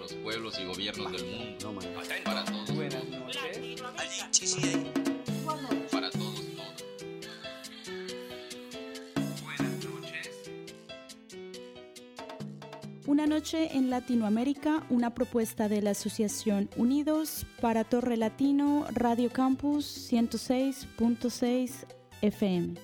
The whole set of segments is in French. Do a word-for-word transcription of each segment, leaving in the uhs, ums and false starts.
los pueblos y gobiernos del mundo. No, man. Para todos. Buenas noches. Para todos, todos. Buenas noches. Una noche en Latinoamérica, una propuesta de la Asociación Unidos para Torre Latino, Radio Campus ciento seis punto seis F M.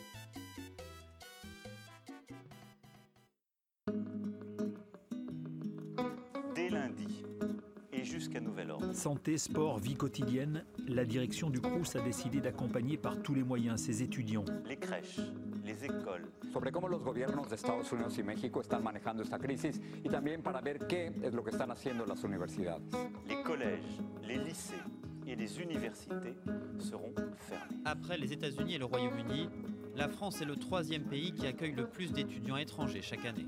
Dès lundi et jusqu'à nouvel ordre. Santé, sport, vie quotidienne, la direction du Crous a décidé d'accompagner par tous les moyens ses étudiants. Les crèches, les écoles, sobre cómo los gobiernos de Estados Unidos y México están manejando esta crisis y también para ver qué es lo que están haciendo las universidades. les collèges, les lycées et les universités seront fermés. Après les États-Unis et le Royaume-Uni, la France est le troisième pays qui accueille le plus d'étudiants étrangers chaque année.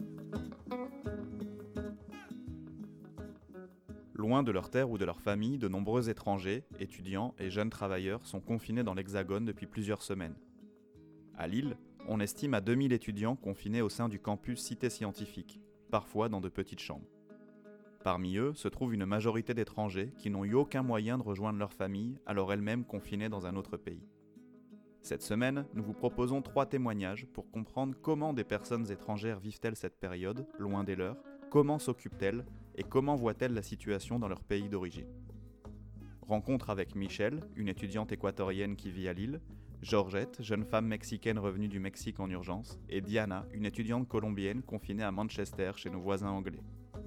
Loin de leur terre ou de leur famille, de nombreux étrangers, étudiants et jeunes travailleurs sont confinés dans l'Hexagone depuis plusieurs semaines. À Lille, on estime à deux mille étudiants confinés au sein du campus Cité Scientifique, parfois dans de petites chambres. Parmi eux se trouve une majorité d'étrangers qui n'ont eu aucun moyen de rejoindre leur famille, alors elles-mêmes confinées dans un autre pays. Cette semaine, nous vous proposons trois témoignages pour comprendre comment des personnes étrangères vivent-elles cette période, loin des leurs, comment s'occupent-elles et comment voient-elles la situation dans leur pays d'origine. Rencontre avec Michelle, une étudiante équatorienne qui vit à Lille, Georgette, jeune femme mexicaine revenue du Mexique en urgence, et Diana, une étudiante colombienne confinée à Manchester chez nos voisins anglais.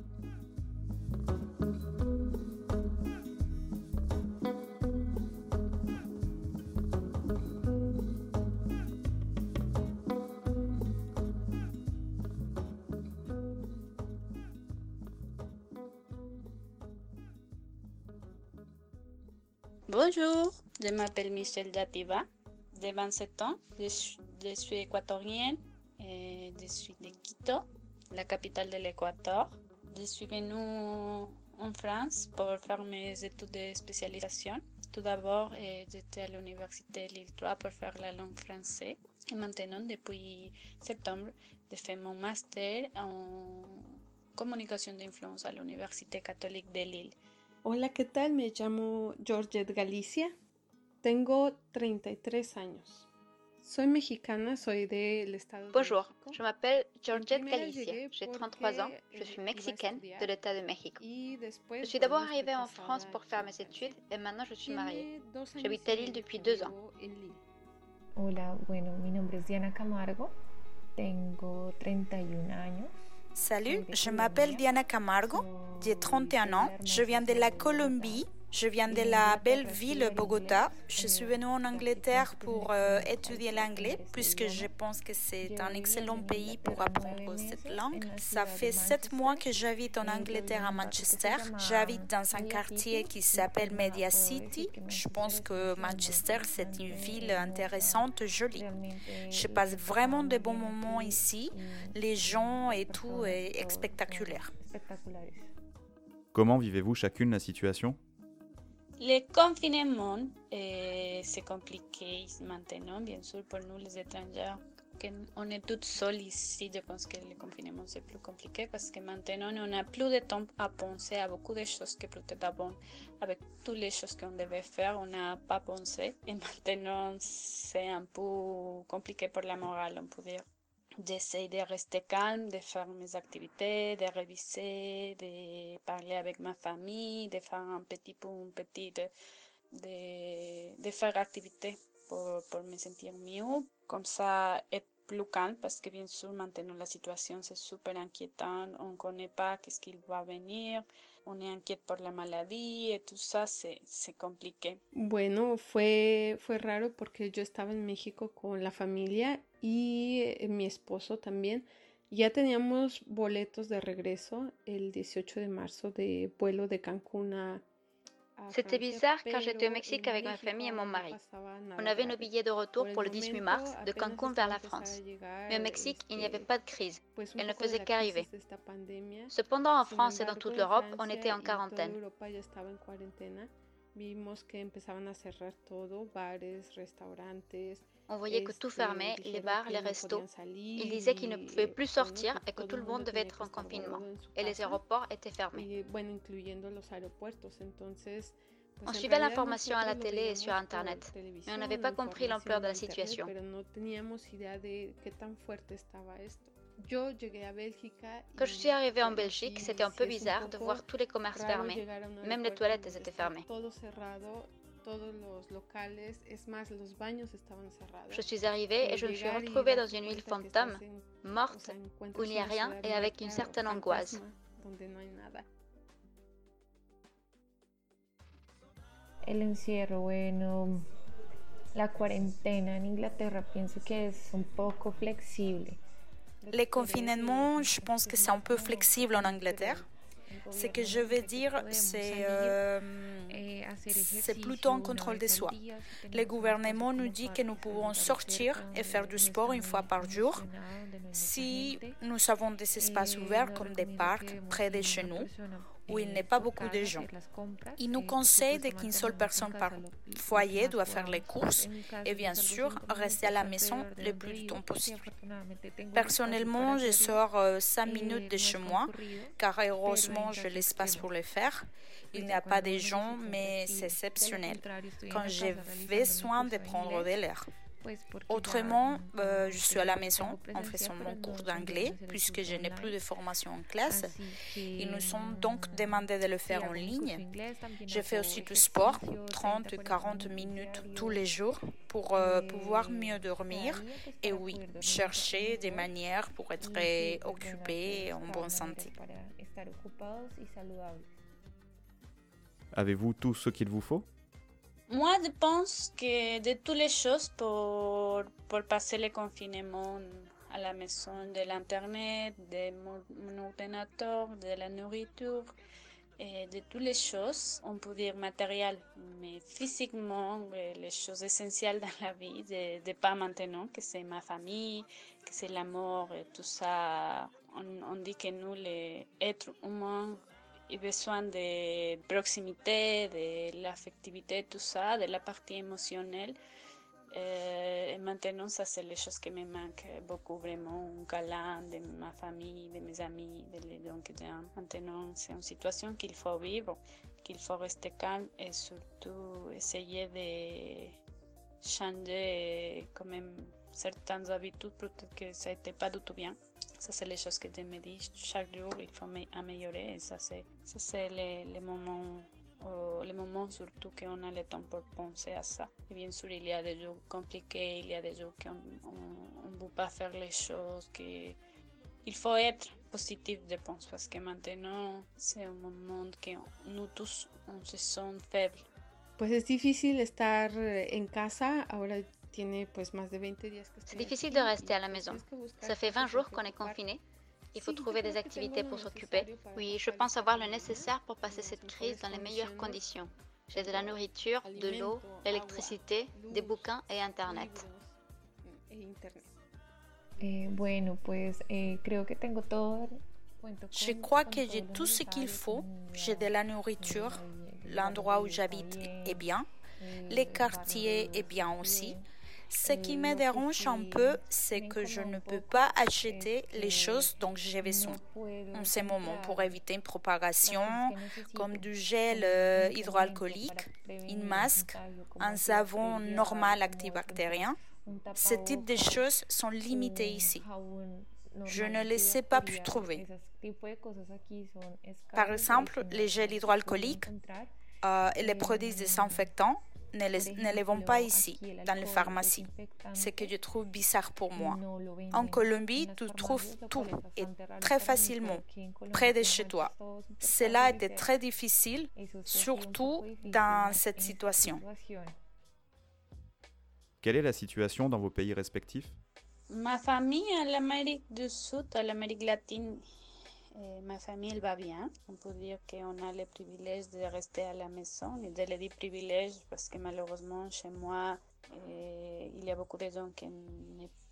Bonjour, je m'appelle Michelle Dapiva, de vingt-sept ans, je suis, je suis équatorienne et je suis de Quito, la capitale de l'Équateur. Je suis venue en France pour faire mes études de spécialisation. Tout d'abord, eh, j'étais à l'université Lille trois pour faire la langue française. Et maintenant, depuis septembre, je fais mon master en communication d'influence à l'Université catholique de Lille. Hola, ¿qué tal? Me llamo Georgette Galicia. Tengo treinta y tres años. Soy mexicana, soy del estado de Bonjour, México. je m'appelle Georgette Primero Galicia, llegué j'ai porque, trente-trois ans, je eh, suis iba a mexicaine estudiar de l'État de México. y después, Je suis d'abord bueno, arrivée estoy en casada France pour faire en mes Francia. études et maintenant je suis Tiene mariée. dos años J'habite à y Lille medio depuis que deux ans. vivo en Lille. Hola, bueno, mi nombre es Diana Camargo, tengo treinta y un años. Salut, je m'appelle Diana Camargo, j'ai trente et un ans, je viens de la Colombie, je viens de la belle ville Bogota. Je suis venue en Angleterre pour euh, étudier l'anglais, puisque je pense que c'est un excellent pays pour apprendre cette langue. Ça fait sept mois que j'habite en Angleterre à Manchester. J'habite dans un quartier qui s'appelle Media City. Je pense que Manchester, c'est une ville intéressante, jolie. Je passe vraiment de bons moments ici. Les gens et tout est spectaculaire. Comment vivez-vous chacune la situation ? Le confinement, eh, c'est compliqué maintenant, bien sûr, pour nous les étrangers. On est toutes seules ici, je pense que le confinement c'est plus compliqué parce que maintenant on a plus de temps à penser à beaucoup de choses que peut-être avant, avec toutes les choses qu'on devait faire, on n'a pas pensé. Et maintenant c'est un peu compliqué pour la morale, on peut dire. J'essaie de rester calme, de faire mes activités, de réviser, de parler avec ma famille, de faire un petit peu, un petit, de, de, de faire activité pour, pour me sentir mieux. Comme ça, être plus calme parce que bien sûr maintenant la situation c'est super inquiétante, on ne connaît pas qu'est-ce qu'il va venir, on est inquiet por la maladie et tout ça, c'est, c'est compliqué. Bueno, fue, fue raro porque yo estaba en México con la familia y eh, mi esposo también. Ya teníamos boletos de regreso el dieciocho de marzo de vuelo de Cancún a C'était bizarre car j'étais au Mexique avec ma famille et mon mari. On avait nos billets de retour pour le dix-huit mars de Cancún vers la France. Mais au Mexique, il n'y avait pas de crise. Elle ne faisait qu'arriver. Cependant, en France et dans toute l'Europe, on était en quarantaine. Vimos que empezaban a cerrar todo, bares, restaurantes, On voyait que tout fermait, les bars, les restos. Ils disaient qu'ils ne pouvaient plus sortir et que tout le monde devait être en confinement. Et les aéroports étaient fermés. On suivait l'information à la télé et sur Internet, mais on n'avait pas compris l'ampleur de la situation. Quand je suis arrivée en Belgique, c'était un peu bizarre de voir tous les commerces fermés. Même les toilettes étaient fermées. Je suis arrivée et je me suis retrouvée dans une ville fantôme, morte, où il n'y a rien et avec une certaine angoisse. El encierro, bueno, la cuarentena en Inglaterra pienso que es un poco flexible. Les confinements, je pense que c'est un peu flexible en Angleterre. Ce que je veux dire, c'est euh, c'est plutôt un contrôle de soi. Le gouvernement nous dit que nous pouvons sortir et faire du sport une fois par jour si nous avons des espaces ouverts comme des parcs près de chez nous où il n'y a pas beaucoup de gens. Il nous conseille qu'une seule personne par foyer doit faire les courses et bien sûr rester à la maison le plus de temps possible. Personnellement, je sors euh, cinq minutes de chez moi car heureusement j'ai l'espace pour le faire. Il n'y a pas de gens, mais c'est exceptionnel quand j'ai besoin de prendre de l'air. Autrement, euh, je suis à la maison en faisant mon cours d'anglais puisque je n'ai plus de formation en classe. Ils nous sont donc demandé de le faire en ligne. Je fais aussi du sport, trente à quarante minutes tous les jours pour euh, pouvoir mieux dormir et oui, chercher des manières pour être occupé et en bonne santé. Avez-vous tout ce qu'il vous faut? Moi, je pense que de toutes les choses pour, pour passer le confinement à la maison, de l'Internet, de mon, mon ordinateur, de la nourriture, et de toutes les choses, on peut dire matériel, mais physiquement, les choses essentielles dans la vie, de, de pas maintenant, que c'est ma famille, que c'est l'amour et tout ça. On, on dit que nous, les êtres humains, il a besoin de proximité, de l'affectivité, tout ça, de la partie émotionnelle. Euh, et maintenant, ça, c'est les choses qui me manquent beaucoup, vraiment. Un câlin de ma famille, de mes amis, de les gens que j'aime. Maintenant, c'est une situation qu'il faut vivre, qu'il faut rester calme et surtout essayer de changer quand même certaines habitudes, peut-être que ça n'était pas du tout bien. Ça, c'est les choses que je me dis chaque jour, il faut améliorer. Et ça, c'est, ça, c'est les, les moments, euh, les moments surtout qu'on a le temps pour penser à ça. Et bien sûr, il y a des jours compliqués, il y a des jours qu'on ne peut pas faire les choses. Que... Il faut être positif, je pense, parce que maintenant, c'est un moment que nous tous, on se sent faibles. Pues es difícil estar en casa ahora. C'est difficile de rester à la maison. Ça fait vingt jours qu'on est confiné. Il faut trouver des activités pour s'occuper. Oui, je pense avoir le nécessaire pour passer cette crise dans les meilleures conditions. J'ai de la nourriture, de l'eau, l'électricité, des bouquins et Internet. Eh, bueno, pues eh, creo que tengo todo. Je crois que j'ai tout ce qu'il faut. J'ai de la nourriture, l'endroit où j'habite est bien, les quartiers est bien aussi. Ce qui me dérange un peu, c'est que je ne peux pas acheter les choses dont j'ai besoin en ce moment pour éviter une propagation, comme du gel euh, hydroalcoolique, un masque, un savon normal antibactérien. Ce type de choses sont limitées ici. Je ne les ai pas pu trouver. Par exemple, les gels hydroalcooliques euh, et les produits désinfectants ne les, ne les vendent pas ici, dans les pharmacies. Ce que je trouve bizarre pour moi. En Colombie, tu trouves tout et très facilement, près de chez toi. Cela était très difficile, surtout dans cette situation. Quelle est la situation dans vos pays respectifs? Ma famille à l'Amérique du Sud, à l'Amérique latine, eh, ma famille elle va bien. On peut dire qu'on a le privilège de rester à la maison. Et je le dis privilège parce que malheureusement chez moi, eh, il y a beaucoup de gens qui ne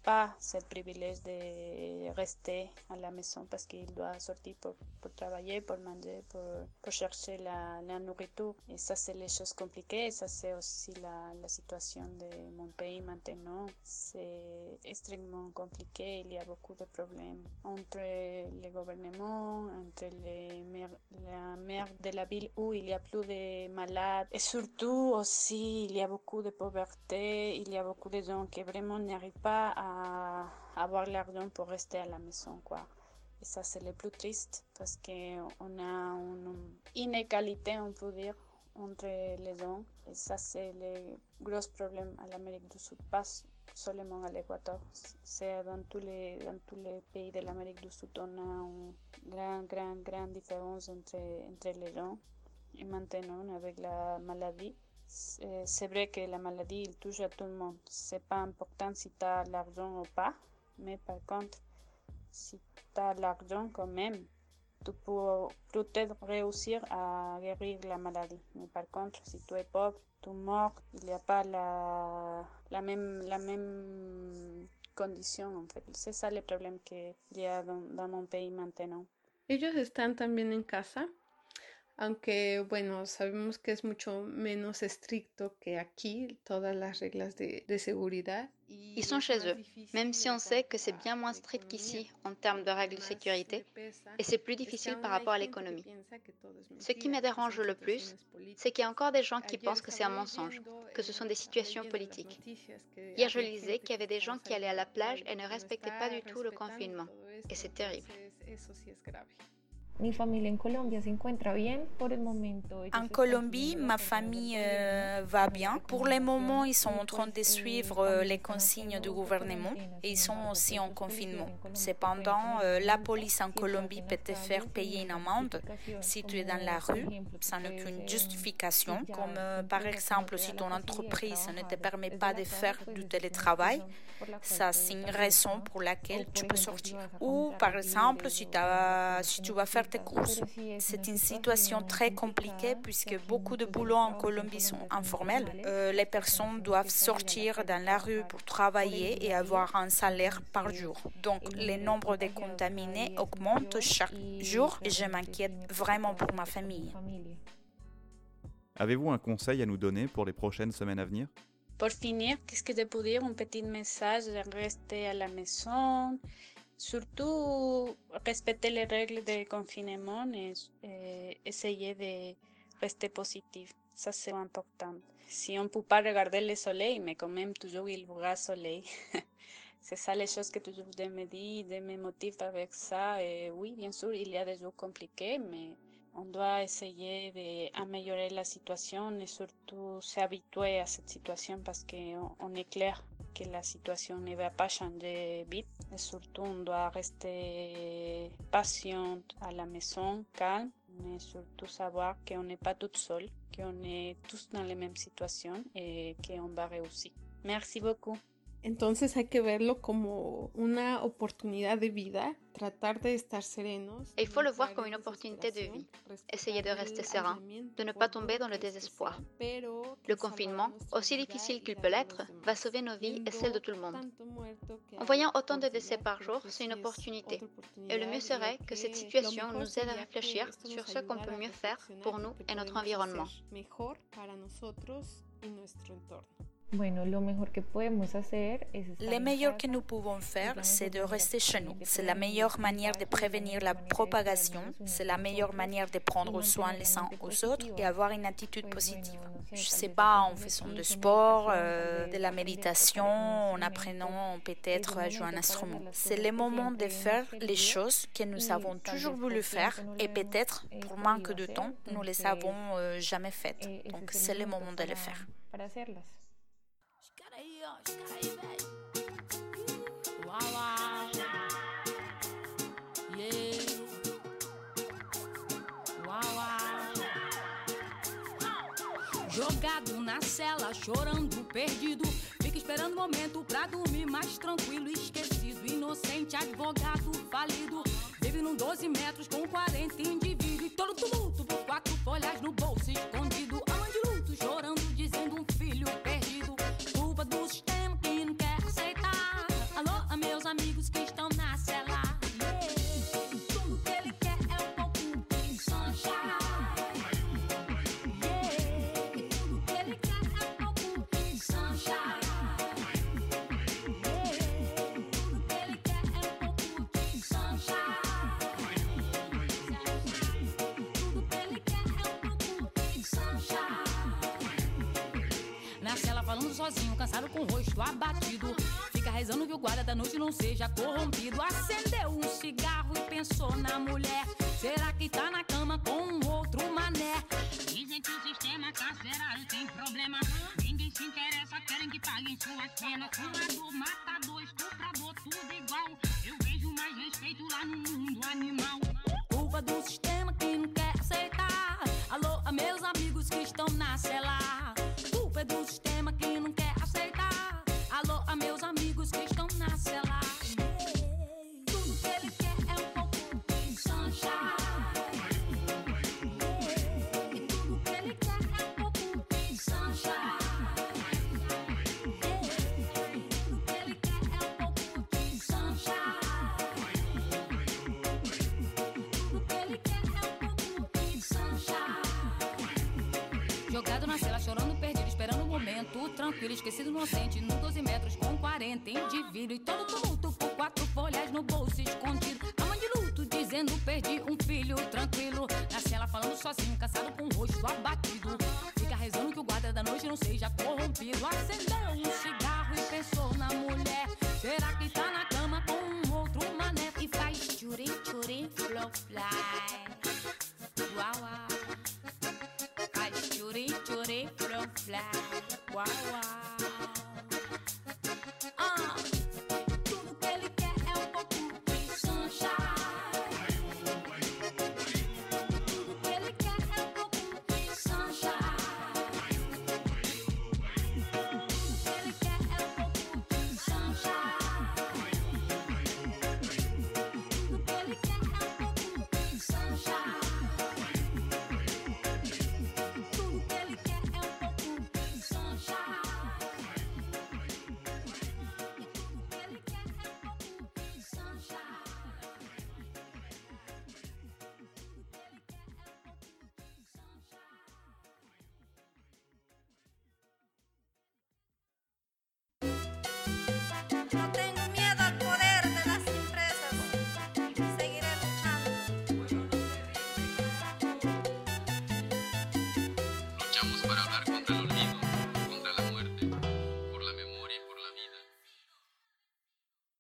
pas ce privilège de rester à la maison parce qu'il doit sortir pour, pour travailler, pour manger, pour, pour chercher la, la nourriture. Et ça, c'est les choses compliquées. Et ça, c'est aussi la, la situation de mon pays maintenant. C'est extrêmement compliqué. Il y a beaucoup de problèmes entre les gouvernements, entre les maires, la maire de la ville où il y a plus de malades. Et surtout aussi, il y a beaucoup de pauvreté. Il y a beaucoup de gens qui vraiment n'arrivent pas à avoir l'argent pour rester à la maison, quoi. Et ça, c'est le plus triste parce qu'on a une inégalité, on peut dire, entre les gens. Et ça, c'est le gros problème à l'Amérique du Sud, pas seulement à l'Équateur. C'est dans tous les, dans tous les pays de l'Amérique du Sud, on a une grande, grande, grande différence entre, entre les gens. Et maintenant, avec la maladie, c'est vrai que la maladie, il touche à tout le monde. C'est pas important si tu as l'argent ou pas, mais par contre, si tu as l'argent quand même, tu peux peut-être réussir à guérir la maladie. Mais par contre, si tu es pauvre, tu meurs, il n'y a pas la, la, même, la même condition en fait. C'est ça le problème qu'il y a dans, dans mon pays maintenant. Ellos están también en casa. Aunque, bueno, sabemos que es mucho menos estricto que aquí, todas las reglas de, de seguridad. Ils sont chez eux, même si on sait que c'est bien moins strict qu'ici en termes de règles de sécurité, et c'est plus difficile par rapport à l'économie. Ce qui me dérange le plus, c'est qu'il y a encore des gens qui pensent que c'est un mensonge, que ce sont des situations politiques. Hier, je lisais qu'il y avait des gens qui allaient à la plage et ne respectaient pas du tout le confinement, et c'est terrible. Mi familia en Colombia se encuentra bien por el momento. En Colombie, ma famille euh, va bien. Pour le moment, ils sont en train de suivre euh, les consignes du gouvernement et ils sont aussi en confinement. Cependant, euh, la police en Colombie peut te faire payer une amende si tu es dans la rue. Ça n'a qu'une justification, comme euh, par exemple si ton entreprise ne te permet pas de faire du télétravail. Ça, c'est une raison pour laquelle tu peux sortir. Ou par exemple, si, si tu vas faire tes courses. C'est une situation très compliquée puisque beaucoup de boulots en Colombie sont informels. Euh, les personnes doivent sortir dans la rue pour travailler et avoir un salaire par jour. Donc, le nombre de contaminés augmente chaque jour et je m'inquiète vraiment pour ma famille. Avez-vous un conseil à nous donner pour les prochaines semaines à venir? Pour finir, qu'est-ce que je peux dire? Un petit message de rester à la maison. Surtout, respecter les règles de confinement et, et essayer de rester positif. Ça, c'est important. Si on ne peut pas regarder le soleil, mais quand même, toujours il y aura soleil. C'est ça les choses que toujours je me dis, je me motive avec ça. Et oui, bien sûr, il y a des jours compliqués, mais on doit essayer d'améliorer la situation et surtout s'habituer à cette situation parce qu'on est clair que la situation ne va pas changer vite. Et surtout, on doit rester patient à la maison, calme, mais surtout savoir qu'on n'est pas tout seul, qu'on est tous dans les mêmes situations et qu'on va réussir. Merci beaucoup. Entonces hay que verlo como una oportunidad de vida, tratar de estar serenos. Et il faut le voir comme une opportunité de vie, essayer de rester serein, de ne pas tomber dans le désespoir. Le confinement, aussi difficile qu'il peut l'être, va sauver nos vies et celles de tout le monde. En voyant autant de décès par jour, c'est une opportunité. Et le mieux serait que cette situation nous aide à réfléchir sur ce qu'on peut mieux faire pour nous et notre environnement. Bueno, lo mejor que podemos hacer es Le meilleur que nous pouvons faire, c'est de rester chez nous. C'est la meilleure manière de prévenir la propagation, c'est la meilleure manière de prendre soin les uns aux autres et avoir une attitude positive. Je ne sais pas, en faisant du sport, euh, de la méditation, en apprenant peut-être à jouer un instrument. C'est le moment de faire les choses que nous avons toujours voulu faire et peut-être, pour manque de temps, nous ne les avons euh, jamais faites. Donc c'est le moment de le faire. Uau, uau. Yeah. Uau, uau. Jogado na cela, chorando, perdido. Fica esperando o momento pra dormir mais tranquilo, esquecido. Inocente, advogado, falido. Vive num doze metros com quarenta indivíduos. E todo tumulto por quatro folhas no bolso escondido. Alma de luto, chorando, dizendo um filho perdido. Culpa do sistema que não quer aceitar. Alô? falando sozinho, cansado com o rosto abatido. Fica rezando que o guarda da noite não seja corrompido. Acendeu um cigarro e pensou na mulher. Será que tá na cama com um outro mané? Dizem que o sistema carcerário tem problema. Ninguém se interessa, querem que paguem suas penas. Fumador, matador, estuprador, tudo igual. Eu vejo mais respeito lá no mundo animal. Culpa do sistema que não quer aceitar. Alô, a meus amigos que estão na cela. Culpa é do sistema que não quer aceitar. Alô, a meus amigos que estão na cela. Tudo que ele quer é um pouco de sunshine. Tudo que ele quer é um pouco de sunshine. Tudo que ele quer é um pouco de sunshine. Tudo que ele quer é um pouco de sunshine. Jogado na cela, chorando perdido, esperando o momento tranquilo, esquecido inocente, no doze metros com quarenta indivíduos. E todo tumulto por quatro folhas no bolso escondido. A mãe de luto dizendo perdi um filho tranquilo. Na cela falando sozinho, cansado com o rosto abatido. Fica rezando que o guarda da noite não seja corrompido. Acendeu um cigarro e pensou na mulher. Será que tá na cama com um outro mané? E faz churi, churi, flow, fly. Uau, uau. Faz churi, churi, flow, fly. Uau, uau.